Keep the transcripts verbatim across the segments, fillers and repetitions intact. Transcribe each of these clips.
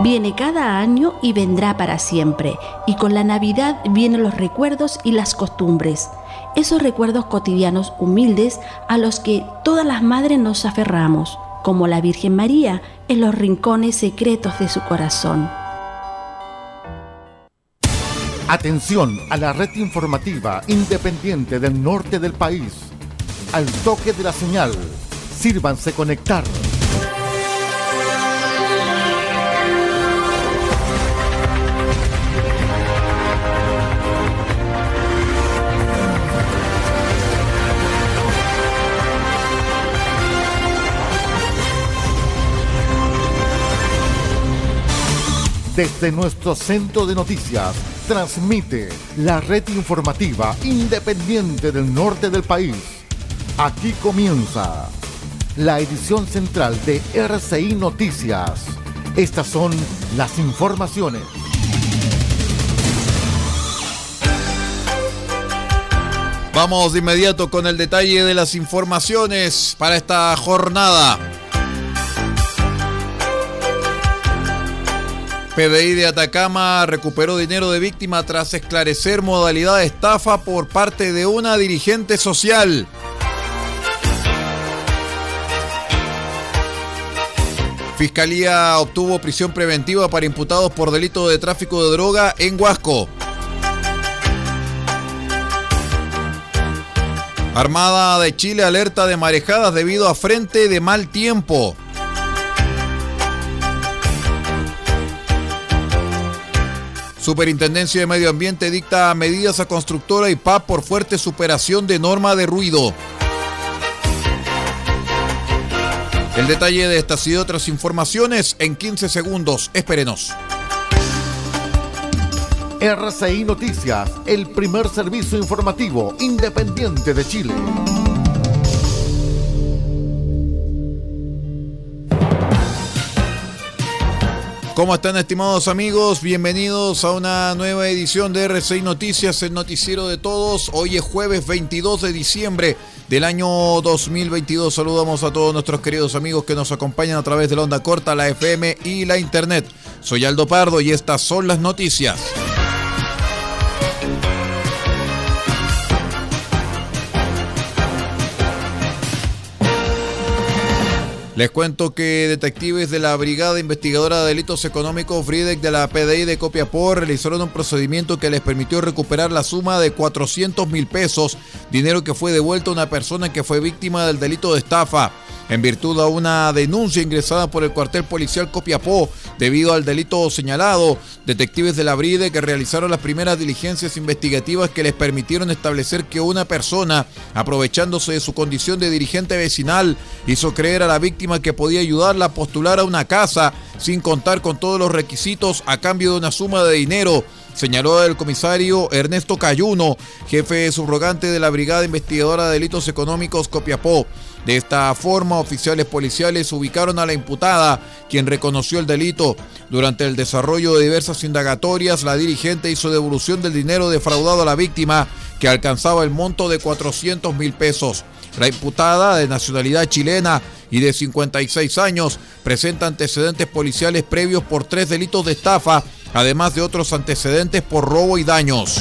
Viene cada año y vendrá para siempre, y con la Navidad vienen los recuerdos y las costumbres, esos recuerdos cotidianos humildes a los que todas las madres nos aferramos, como la Virgen María en los rincones secretos de su corazón. Atención a la red informativa independiente del norte del país. Al toque de la señal, sírvanse conectar. Desde nuestro centro de noticias, transmite la red informativa independiente del norte del país. Aquí comienza la edición central de R C I Noticias. Estas son las informaciones. Vamos de inmediato con el detalle de las informaciones para esta jornada. P D I de Atacama recuperó dinero de víctima tras esclarecer modalidad de estafa por parte de una dirigente social. Fiscalía obtuvo prisión preventiva para imputados por delito de tráfico de droga en Huasco. Armada de Chile alerta de marejadas debido a frente de mal tiempo. Superintendencia de Medio Ambiente dicta medidas a constructora y P A P por fuerte superación de norma de ruido. El detalle de estas y otras informaciones en quince segundos. Espérenos. R C I Noticias, el primer servicio informativo independiente de Chile. ¿Cómo están, estimados amigos? Bienvenidos a una nueva edición de R C I Noticias, el noticiero de todos. Hoy es jueves veintidós de diciembre del año dos mil veintidós. Saludamos a todos nuestros queridos amigos que nos acompañan a través de la onda corta, la F M y la internet. Soy Aldo Pardo y estas son las noticias. Les cuento que detectives de la Brigada Investigadora de Delitos Económicos BRIDEC de la P D I de Copiapó realizaron un procedimiento que les permitió recuperar la suma de cuatrocientos mil pesos, dinero que fue devuelto a una persona que fue víctima del delito de estafa. En virtud a una denuncia ingresada por el cuartel policial Copiapó debido al delito señalado, detectives de la BRIDEC que realizaron las primeras diligencias investigativas que les permitieron establecer que una persona, aprovechándose de su condición de dirigente vecinal, hizo creer a la víctima que podía ayudarla a postular a una casa sin contar con todos los requisitos a cambio de una suma de dinero, señaló el comisario Ernesto Cayuno, jefe subrogante de la Brigada Investigadora de Delitos Económicos Copiapó. De esta forma, oficiales policiales ubicaron a la imputada, quien reconoció el delito. Durante el desarrollo de diversas indagatorias, la dirigente hizo devolución del dinero defraudado a la víctima, que alcanzaba el monto de cuatrocientos mil pesos. La imputada, de nacionalidad chilena y de cincuenta y seis años, presenta antecedentes policiales previos por tres delitos de estafa, además de otros antecedentes por robo y daños.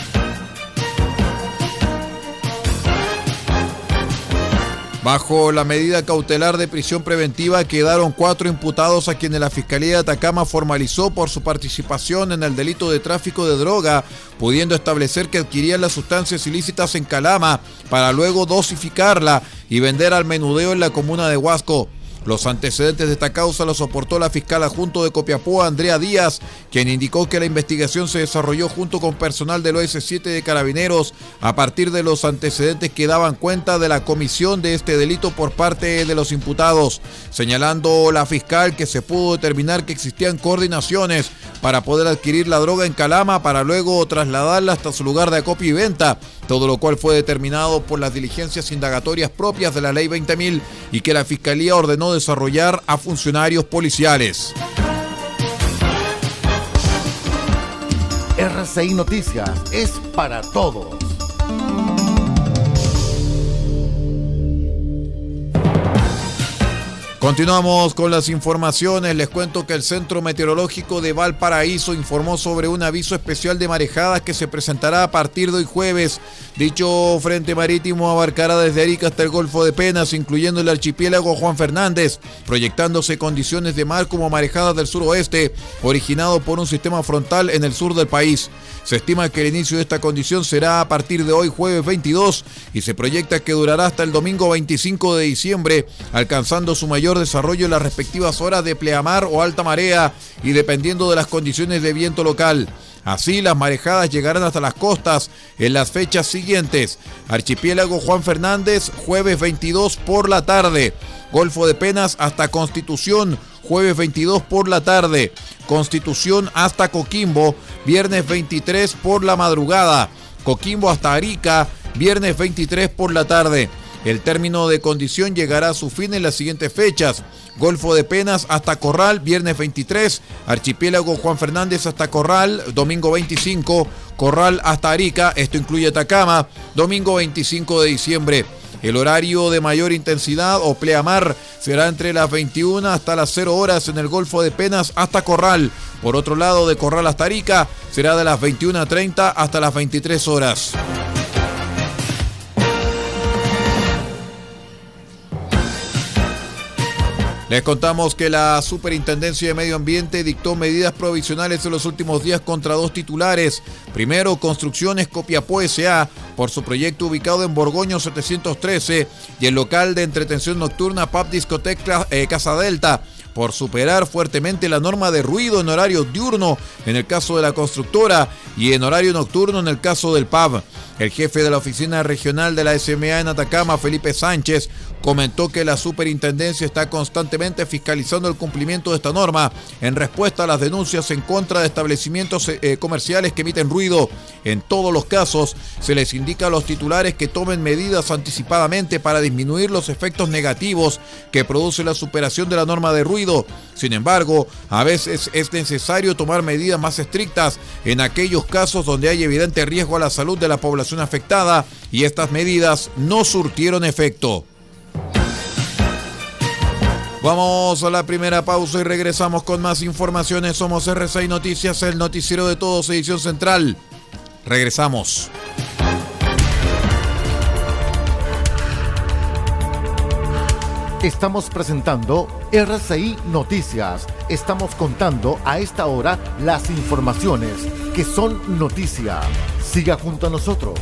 Bajo la medida cautelar de prisión preventiva quedaron cuatro imputados a quienes la Fiscalía de Atacama formalizó por su participación en el delito de tráfico de droga, pudiendo establecer que adquirían las sustancias ilícitas en Calama para luego dosificarla y vender al menudeo en la comuna de Huasco. Los antecedentes de esta causa los soportó la fiscal adjunto de Copiapó, Andrea Díaz, quien indicó que la investigación se desarrolló junto con personal del O S siete de Carabineros a partir de los antecedentes que daban cuenta de la comisión de este delito por parte de los imputados, señalando la fiscal que se pudo determinar que existían coordinaciones para poder adquirir la droga en Calama para luego trasladarla hasta su lugar de acopio y venta, todo lo cual fue determinado por las diligencias indagatorias propias de la Ley veinte mil y que la Fiscalía ordenó desarrollar a funcionarios policiales. R C I Noticias es para todos. Continuamos con las informaciones. Les cuento que el Centro Meteorológico de Valparaíso informó sobre un aviso especial de marejadas que se presentará a partir de hoy jueves. Dicho frente marítimo abarcará desde Arica hasta el Golfo de Penas, incluyendo el archipiélago Juan Fernández, proyectándose condiciones de mar como marejadas del suroeste, originado por un sistema frontal en el sur del país. Se estima que el inicio de esta condición será a partir de hoy jueves veintidós y se proyecta que durará hasta el domingo veinticinco de diciembre, alcanzando su mayor desarrollo en las respectivas horas de pleamar o alta marea y dependiendo de las condiciones de viento local. Así, las marejadas llegarán hasta las costas en las fechas siguientes. Archipiélago Juan Fernández, jueves veintidós por la tarde. Golfo de Penas hasta Constitución, jueves veintidós por la tarde. Constitución hasta Coquimbo, viernes veintitrés por la madrugada. Coquimbo hasta Arica, viernes veintitrés por la tarde. El término de condición llegará a su fin en las siguientes fechas. Golfo de Penas hasta Corral, viernes veintitrés. Archipiélago Juan Fernández hasta Corral, domingo veinticinco. Corral hasta Arica, esto incluye Atacama, domingo veinticinco de diciembre. El horario de mayor intensidad o pleamar será entre las veintiuna hasta las cero horas en el Golfo de Penas hasta Corral. Por otro lado, de Corral hasta Arica será de las veintiuna treinta hasta las veintitrés horas. Les contamos que la Superintendencia de Medio Ambiente dictó medidas provisionales en los últimos días contra dos titulares. Primero, Construcciones Copiapó S A por su proyecto ubicado en Borgoño setecientos trece y el local de entretención nocturna Pub Discoteca eh, Casa Delta por superar fuertemente la norma de ruido en horario diurno en el caso de la constructora y en horario nocturno en el caso del pub. El jefe de la oficina regional de la S M A en Atacama, Felipe Sánchez, comentó que la superintendencia está constantemente fiscalizando el cumplimiento de esta norma en respuesta a las denuncias en contra de establecimientos eh, comerciales que emiten ruido. En todos los casos, se les indica a los titulares que tomen medidas anticipadamente para disminuir los efectos negativos que produce la superación de la norma de ruido. Sin embargo, a veces es necesario tomar medidas más estrictas en aquellos casos donde hay evidente riesgo a la salud de la población afectada y estas medidas no surtieron efecto. Vamos a la primera pausa y regresamos con más informaciones. Somos R seis Noticias, el noticiero de todos, edición central. Regresamos. Estamos presentando R C I Noticias. Estamos contando a esta hora las informaciones que son noticia. Siga junto a nosotros.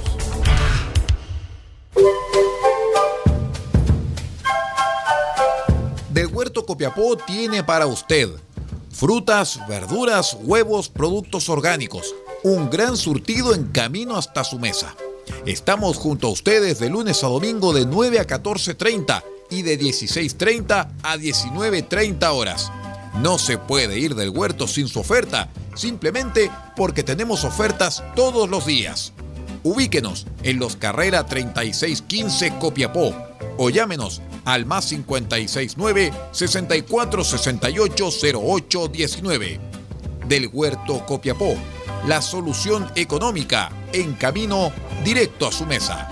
Del Huerto Copiapó tiene para usted frutas, verduras, huevos, productos orgánicos. Un gran surtido en camino hasta su mesa. Estamos junto a ustedes de lunes a domingo de nueve a catorce treinta y de dieciséis treinta a diecinueve treinta horas. No se puede ir del huerto sin su oferta, simplemente porque tenemos ofertas todos los días. Ubíquenos en Los Carrera treinta y seis quince Copiapó o llámenos al más cincuenta y seis nueve, sesenta y cuatro sesenta y ocho cero ocho diecinueve. Del Huerto Copiapó, la solución económica en camino directo a su mesa.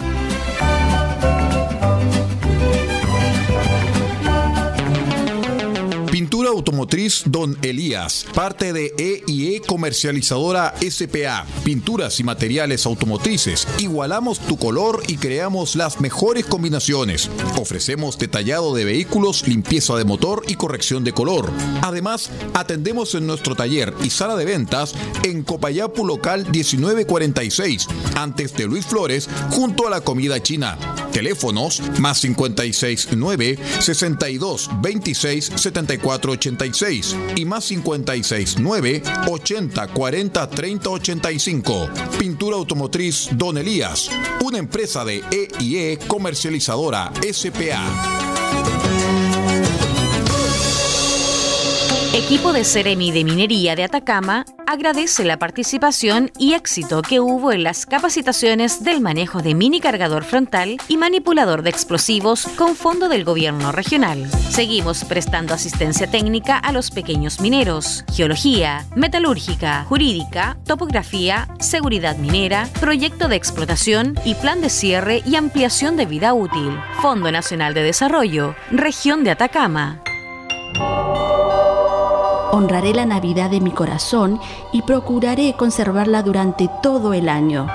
Pintura automotriz Don Elías, parte de E y E Comercializadora S P A. Pinturas y materiales automotrices. Igualamos tu color y creamos las mejores combinaciones. Ofrecemos detallado de vehículos, limpieza de motor y corrección de color. Además, atendemos en nuestro taller y sala de ventas en Copayapu Local diecinueve cuarenta y seis, antes de Luis Flores, junto a la comida china. Teléfonos más cincuenta y seis nueve, sesenta y dos veintiséis setenta y cuatro ochenta y seis y más cincuenta y seis nueve, ochenta cuarenta treinta ochenta y cinco. Pintura automotriz Don Elías, una empresa de E y E Comercializadora S P A. Equipo de Ceremi de Minería de Atacama agradece la participación y éxito que hubo en las capacitaciones del manejo de mini cargador frontal y manipulador de explosivos con fondo del gobierno regional. Seguimos prestando asistencia técnica a los pequeños mineros, geología, metalúrgica, jurídica, topografía, seguridad minera, proyecto de explotación y plan de cierre y ampliación de vida útil. Fondo Nacional de Desarrollo, Región de Atacama. Honraré la Navidad de mi corazón y procuraré conservarla durante todo el año.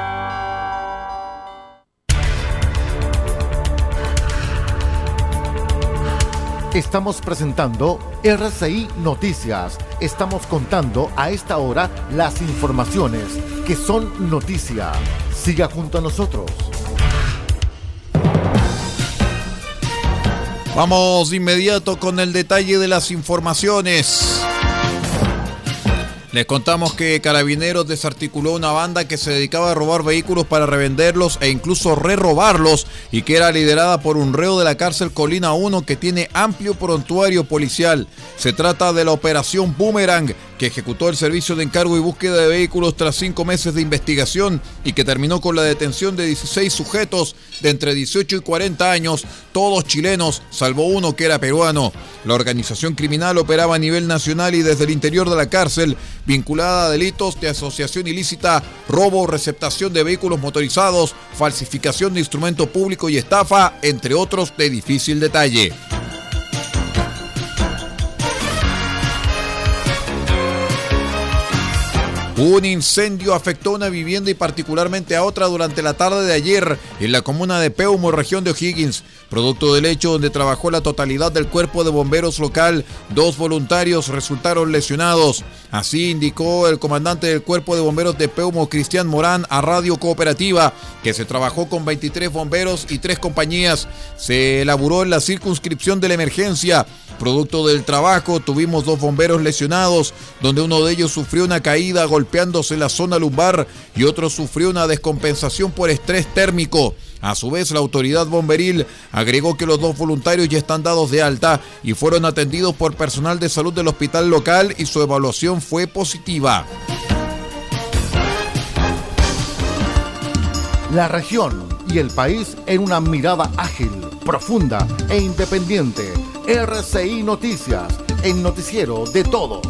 Estamos presentando R C I Noticias. Estamos contando a esta hora las informaciones que son noticia. Siga junto a nosotros. Vamos de inmediato con el detalle de las informaciones. Les contamos que Carabineros desarticuló una banda que se dedicaba a robar vehículos para revenderlos e incluso re-robarlos y que era liderada por un reo de la cárcel Colina uno que tiene amplio prontuario policial. Se trata de la Operación Boomerang, que ejecutó el servicio de encargo y búsqueda de vehículos tras cinco meses de investigación y que terminó con la detención de dieciséis sujetos de entre dieciocho y cuarenta años, todos chilenos, salvo uno que era peruano. La organización criminal operaba a nivel nacional y desde el interior de la cárcel, vinculada a delitos de asociación ilícita, robo, receptación de vehículos motorizados, falsificación de instrumento público y estafa, entre otros de difícil detalle. Un incendio afectó una vivienda y particularmente a otra durante la tarde de ayer en la comuna de Peumo, región de O'Higgins. Producto del hecho donde trabajó la totalidad del cuerpo de bomberos local, dos voluntarios resultaron lesionados. Así indicó el comandante del cuerpo de bomberos de Peumo, Cristian Morán, a Radio Cooperativa, que se trabajó con veintitrés bomberos y tres compañías. Se elaboró en la circunscripción de la emergencia. Producto del trabajo, tuvimos dos bomberos lesionados, donde uno de ellos sufrió una caída golpeándose la zona lumbar y otro sufrió una descompensación por estrés térmico. A su vez, la autoridad bomberil agregó que los dos voluntarios ya están dados de alta y fueron atendidos por personal de salud del hospital local y su evaluación fue positiva. La región y el país en una mirada ágil, profunda e independiente. R C I Noticias, el noticiero de todos.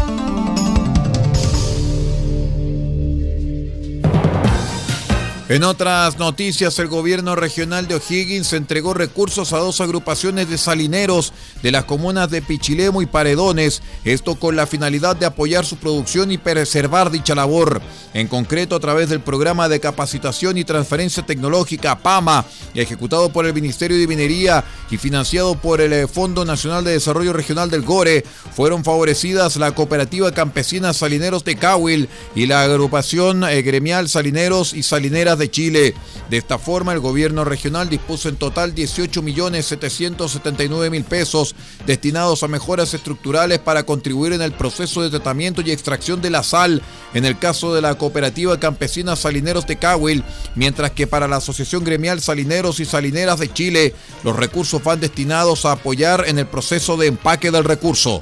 En otras noticias, el gobierno regional de O'Higgins entregó recursos a dos agrupaciones de salineros de las comunas de Pichilemu y Paredones, esto con la finalidad de apoyar su producción y preservar dicha labor. En concreto, a través del programa de capacitación y transferencia tecnológica PAMA, ejecutado por el Ministerio de Minería y financiado por el Fondo Nacional de Desarrollo Regional del Gore, fueron favorecidas la Cooperativa Campesina Salineros de Cahuil y la agrupación eh, gremial Salineros y Salineras de Chile. De esta forma, el gobierno regional dispuso en total dieciocho millones setecientos setenta y nueve mil pesos destinados a mejoras estructurales para contribuir en el proceso de tratamiento y extracción de la sal, en el caso de la Cooperativa Campesina Salineros de Cahuil, mientras que para la Asociación Gremial Salineros y Salineras de Chile, los recursos van destinados a apoyar en el proceso de empaque del recurso.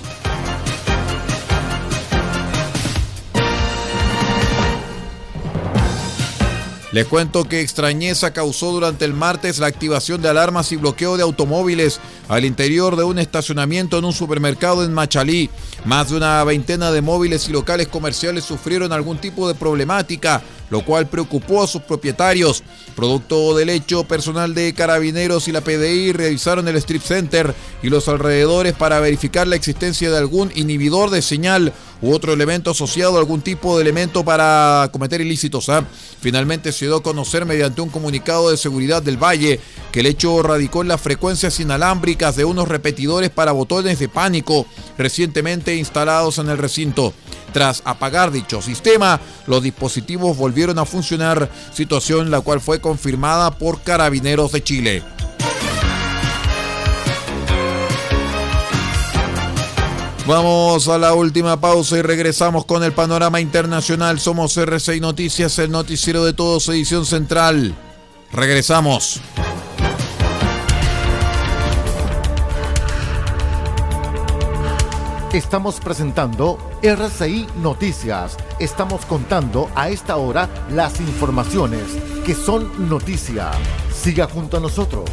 Les cuento que extrañeza causó durante el martes la activación de alarmas y bloqueo de automóviles al interior de un estacionamiento en un supermercado en Machalí. Más de una veintena de móviles y locales comerciales sufrieron algún tipo de problemática, lo cual preocupó a sus propietarios. Producto del hecho, personal de Carabineros y la P D I revisaron el strip center y los alrededores para verificar la existencia de algún inhibidor de señal u otro elemento asociado a algún tipo de elemento para cometer ilícitos. ¿eh? Finalmente se dio a conocer mediante un comunicado de seguridad del Valle que el hecho radicó en las frecuencias inalámbricas de unos repetidores para botones de pánico recientemente instalados en el recinto. Tras apagar dicho sistema, los dispositivos volvieron a funcionar, situación la cual fue confirmada por Carabineros de Chile. Vamos a la última pausa y regresamos con el panorama internacional. Somos R C I Noticias, el noticiero de todos, edición central. Regresamos. Estamos presentando R C I Noticias. Estamos contando a esta hora las informaciones que son noticia. Siga junto a nosotros.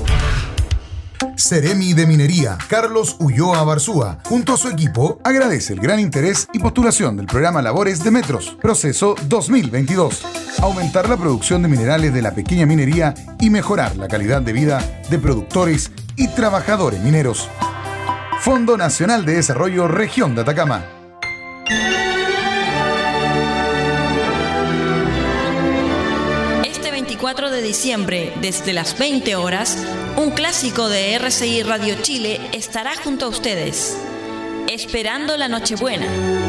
Seremi de Minería, Carlos Ulloa Barzúa, junto a su equipo, agradece el gran interés y postulación del programa Labores de Metros, proceso dos mil veintidós. Aumentar la producción de minerales de la pequeña minería y mejorar la calidad de vida de productores y trabajadores mineros. Fondo Nacional de Desarrollo Región de Atacama. Este veinticuatro de diciembre, desde las veinte horas, un clásico de R C I Radio Chile estará junto a ustedes, esperando la Nochebuena.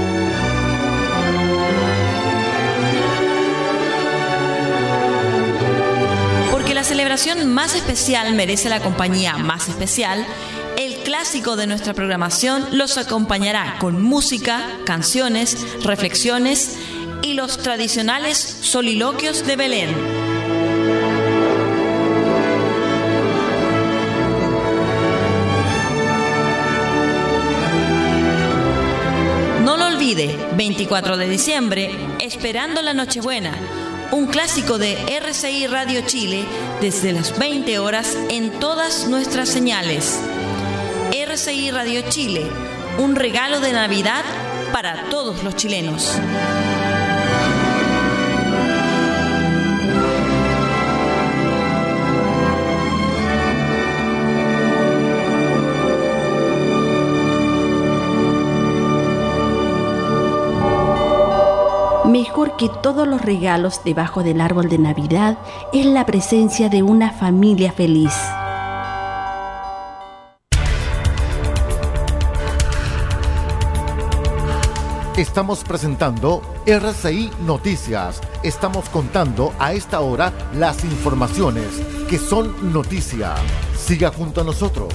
Porque la celebración más especial merece la compañía más especial. El clásico de nuestra programación los acompañará con música, canciones, reflexiones y los tradicionales soliloquios de Belén. No lo olvide, veinticuatro de diciembre, esperando la Nochebuena, un clásico de R C I Radio Chile desde las veinte horas en todas nuestras señales. R C I Radio Chile, un regalo de Navidad para todos los chilenos. Mejor que todos los regalos debajo del árbol de Navidad es la presencia de una familia feliz. Estamos presentando R C I Noticias. Estamos contando a esta hora las informaciones que son noticia. Siga junto a nosotros.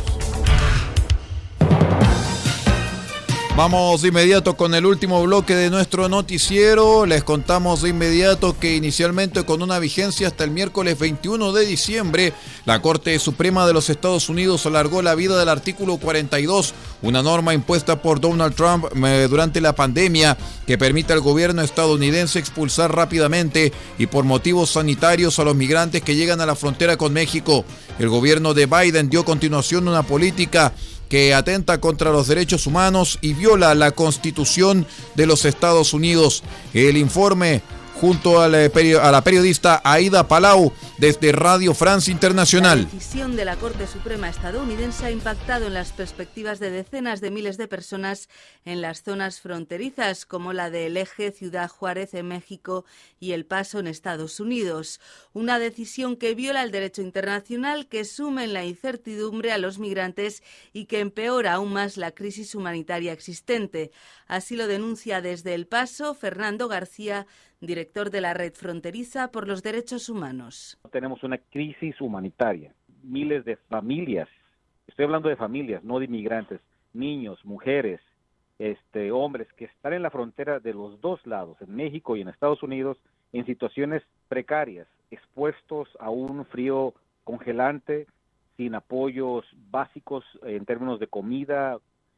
Vamos de inmediato con el último bloque de nuestro noticiero. Les contamos de inmediato que inicialmente con una vigencia hasta el miércoles veintiuno de diciembre, la Corte Suprema de los Estados Unidos alargó la vida del artículo cuarenta y dos, una norma impuesta por Donald Trump eh, durante la pandemia que permite al gobierno estadounidense expulsar rápidamente y por motivos sanitarios a los migrantes que llegan a la frontera con México. El gobierno de Biden dio continuación a una política que atenta contra los derechos humanos y viola la Constitución de los Estados Unidos. El informe junto a la, a la periodista Aida Palau desde Radio France Internacional. La decisión de la Corte Suprema estadounidense ha impactado en las perspectivas de decenas de miles de personas en las zonas fronterizas, como la del Eje Ciudad Juárez en México y El Paso en Estados Unidos. Una decisión que viola el derecho internacional, que sume en la incertidumbre a los migrantes y que empeora aún más la crisis humanitaria existente. Así lo denuncia desde El Paso Fernando García, director de la Red Fronteriza por los Derechos Humanos. Tenemos una crisis humanitaria, miles de familias, estoy hablando de familias, no de inmigrantes, niños, mujeres, este, hombres que están en la frontera de los dos lados, en México y en Estados Unidos, en situaciones precarias, expuestos a un frío congelante, sin apoyos básicos en términos de comida,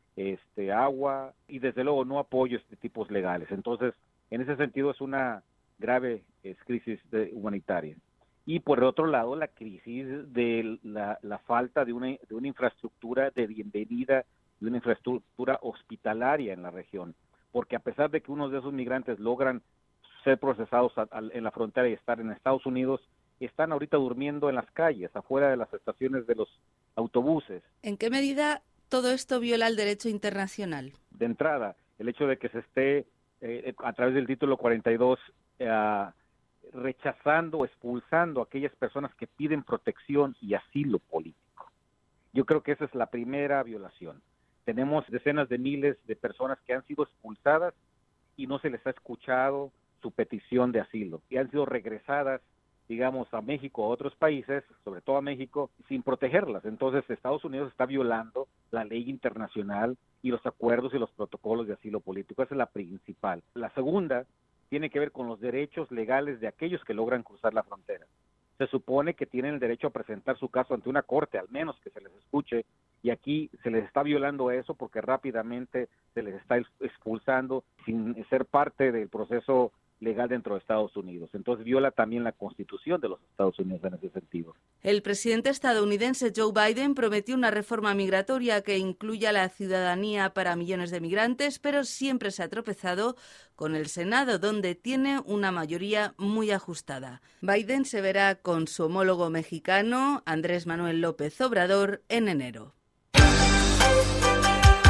este, agua y desde luego no apoyos de tipos legales. Entonces, en ese sentido es una grave es, crisis de, humanitaria. Y por otro lado, la crisis de la, la falta de una, de una infraestructura de bienvenida, de una infraestructura hospitalaria en la región. Porque a pesar de que unos de esos migrantes logran ser procesados a, a, en la frontera y estar en Estados Unidos, están ahorita durmiendo en las calles, afuera de las estaciones de los autobuses. ¿En qué medida todo esto viola el derecho internacional? De entrada, el hecho de que se esté Eh, a través del título cuarenta y dos, eh, rechazando o expulsando a aquellas personas que piden protección y asilo político. Yo creo que esa es la primera violación. Tenemos decenas de miles de personas que han sido expulsadas y no se les ha escuchado su petición de asilo y han sido regresadas, digamos, a México o a otros países, sobre todo a México, sin protegerlas. Entonces Estados Unidos está violando la ley internacional y los acuerdos y los protocolos de asilo político. Esa es la principal. La segunda tiene que ver con los derechos legales de aquellos que logran cruzar la frontera. Se supone que tienen el derecho a presentar su caso ante una corte, al menos que se les escuche, y aquí se les está violando eso porque rápidamente se les está expulsando sin ser parte del proceso legal dentro de Estados Unidos. Entonces viola también la Constitución de los Estados Unidos en ese sentido. El presidente estadounidense Joe Biden prometió una reforma migratoria que incluya la ciudadanía para millones de migrantes, pero siempre se ha tropezado con el Senado, donde tiene una mayoría muy ajustada. Biden se verá con su homólogo mexicano, Andrés Manuel López Obrador, en enero.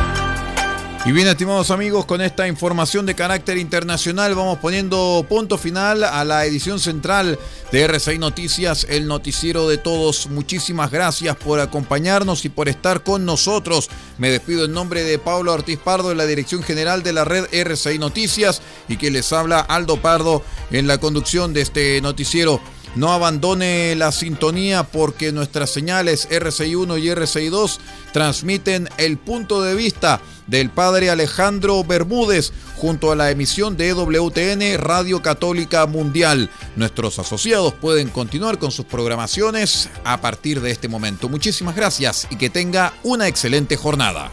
Y bien, estimados amigos, con esta información de carácter internacional vamos poniendo punto final a la edición central de R C I Noticias, el noticiero de todos. Muchísimas gracias por acompañarnos y por estar con nosotros. Me despido en nombre de Pablo Ortiz Pardo, de la dirección general de la red R C I Noticias, y que les habla Aldo Pardo en la conducción de este noticiero. No abandone la sintonía, porque nuestras señales R C I uno y R C I dos transmiten el punto de vista del padre Alejandro Bermúdez junto a la emisión de E W T N Radio Católica Mundial. Nuestros asociados pueden continuar con sus programaciones a partir de este momento. Muchísimas gracias y que tenga una excelente jornada.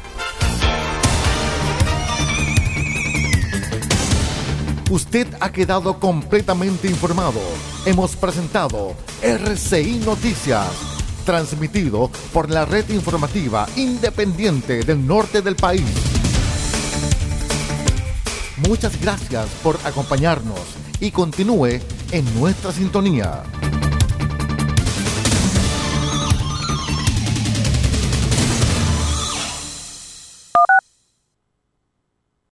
Usted ha quedado completamente informado. Hemos presentado R C I Noticias, transmitido por la red informativa independiente del norte del país. Muchas gracias por acompañarnos y continúe en nuestra sintonía.